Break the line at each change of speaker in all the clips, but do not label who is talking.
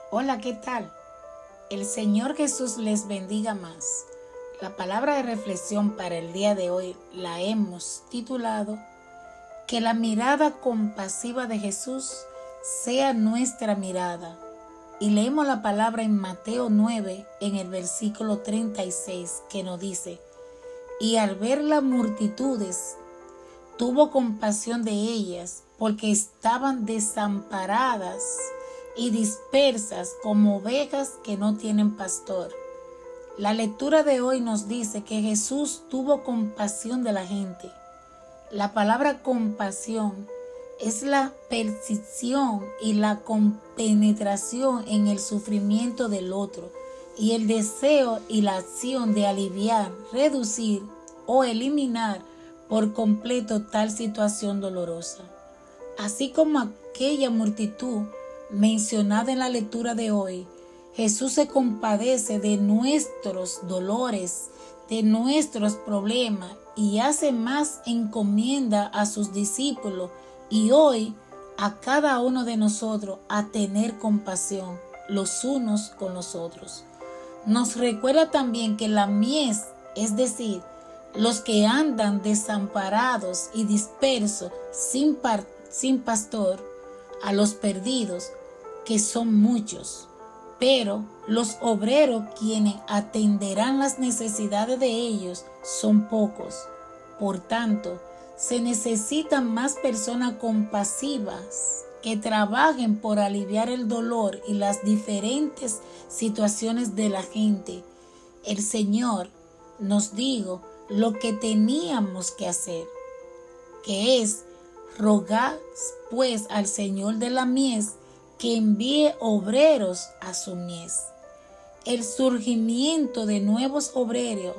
Hola, ¿qué tal? El Señor Jesús les bendiga más. La palabra de reflexión para el día de hoy la hemos titulado Que la mirada compasiva de Jesús sea nuestra mirada. Y leemos la palabra en Mateo 9, en el versículo 36, que nos dice: Y al ver las multitudes, tuvo compasión de ellas, porque estaban desamparadas y dispersas como ovejas que no tienen pastor. La lectura de hoy nos dice que Jesús tuvo compasión de la gente. La palabra compasión es la percepción y la compenetración en el sufrimiento del otro y el deseo y la acción de aliviar, reducir o eliminar por completo tal situación dolorosa. Así como aquella multitud mencionada en la lectura de hoy, Jesús se compadece de nuestros dolores, de nuestros problemas y hace más encomienda a sus discípulos y hoy a cada uno de nosotros a tener compasión los unos con los otros. Nos recuerda también que la mies, es decir, los que andan desamparados y dispersos sin pastor, a los perdidos, que son muchos, pero los obreros quienes atenderán las necesidades de ellos son pocos. Por tanto, se necesitan más personas compasivas que trabajen por aliviar el dolor y las diferentes situaciones de la gente. El Señor nos dijo lo que teníamos que hacer, que es: rogad pues al Señor de la mies que envíe obreros a su mies. El surgimiento de nuevos obreros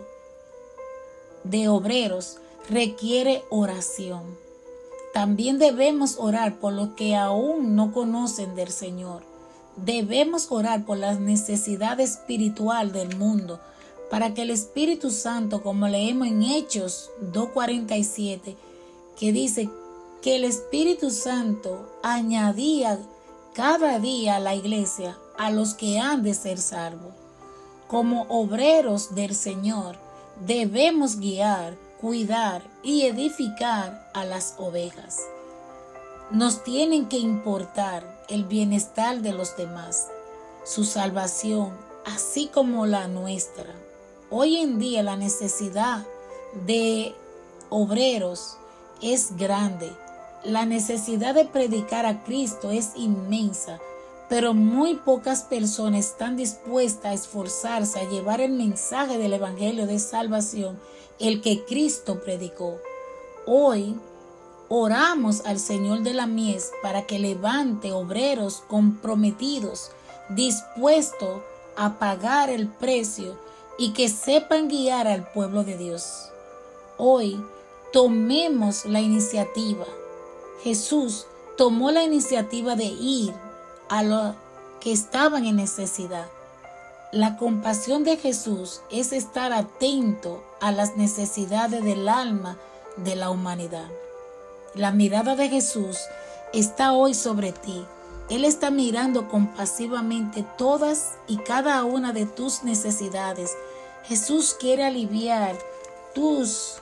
requiere oración. También debemos orar por los que aún no conocen del Señor. Debemos orar por las necesidades espirituales del mundo, para que el Espíritu Santo, como leemos en Hechos 2:47, que dice que el Espíritu Santo añadía cada día a la iglesia a los que han de ser salvos. Como obreros del Señor, debemos guiar, cuidar y edificar a las ovejas. Nos tienen que importar el bienestar de los demás, su salvación, así como la nuestra. Hoy en día la necesidad de obreros es grande. La necesidad de predicar a Cristo es inmensa, pero muy pocas personas están dispuestas a esforzarse a llevar el mensaje del Evangelio de salvación, el que Cristo predicó. Hoy oramos al Señor de la mies para que levante obreros comprometidos, dispuestos a pagar el precio y que sepan guiar al pueblo de Dios. Hoy tomemos la iniciativa. Jesús tomó la iniciativa de ir a los que estaban en necesidad. La compasión de Jesús es estar atento a las necesidades del alma de la humanidad. La mirada de Jesús está hoy sobre ti. Él está mirando compasivamente todas y cada una de tus necesidades. Jesús quiere aliviar tus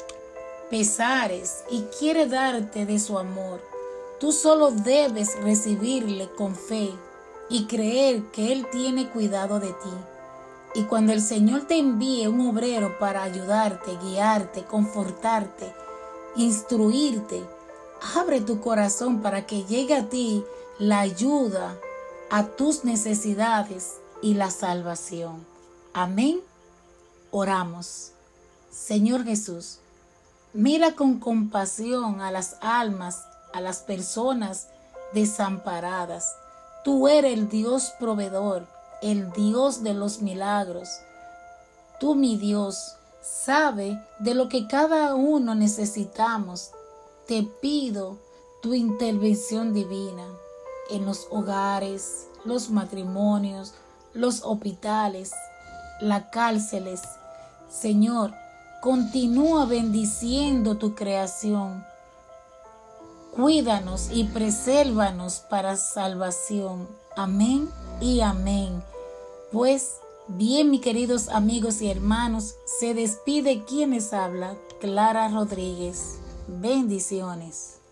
pesares y quiere darte de su amor. Tú solo debes recibirle con fe y creer que Él tiene cuidado de ti. Y cuando el Señor te envíe un obrero para ayudarte, guiarte, confortarte, instruirte, abre tu corazón para que llegue a ti la ayuda a tus necesidades y la salvación. Amén. Oramos. Señor Jesús, mira con compasión a las almas, a las personas desamparadas. Tú eres el Dios proveedor, el Dios de los milagros. Tú, mi Dios, sabe de lo que cada uno necesitamos. Te pido tu intervención divina en los hogares, los matrimonios, los hospitales, las cárceles. Señor, continúa bendiciendo tu creación. Cuídanos y presérvanos para salvación. Amén y amén. Pues bien, mis queridos amigos y hermanos, se despide quienes habla, Clara Rodríguez. Bendiciones.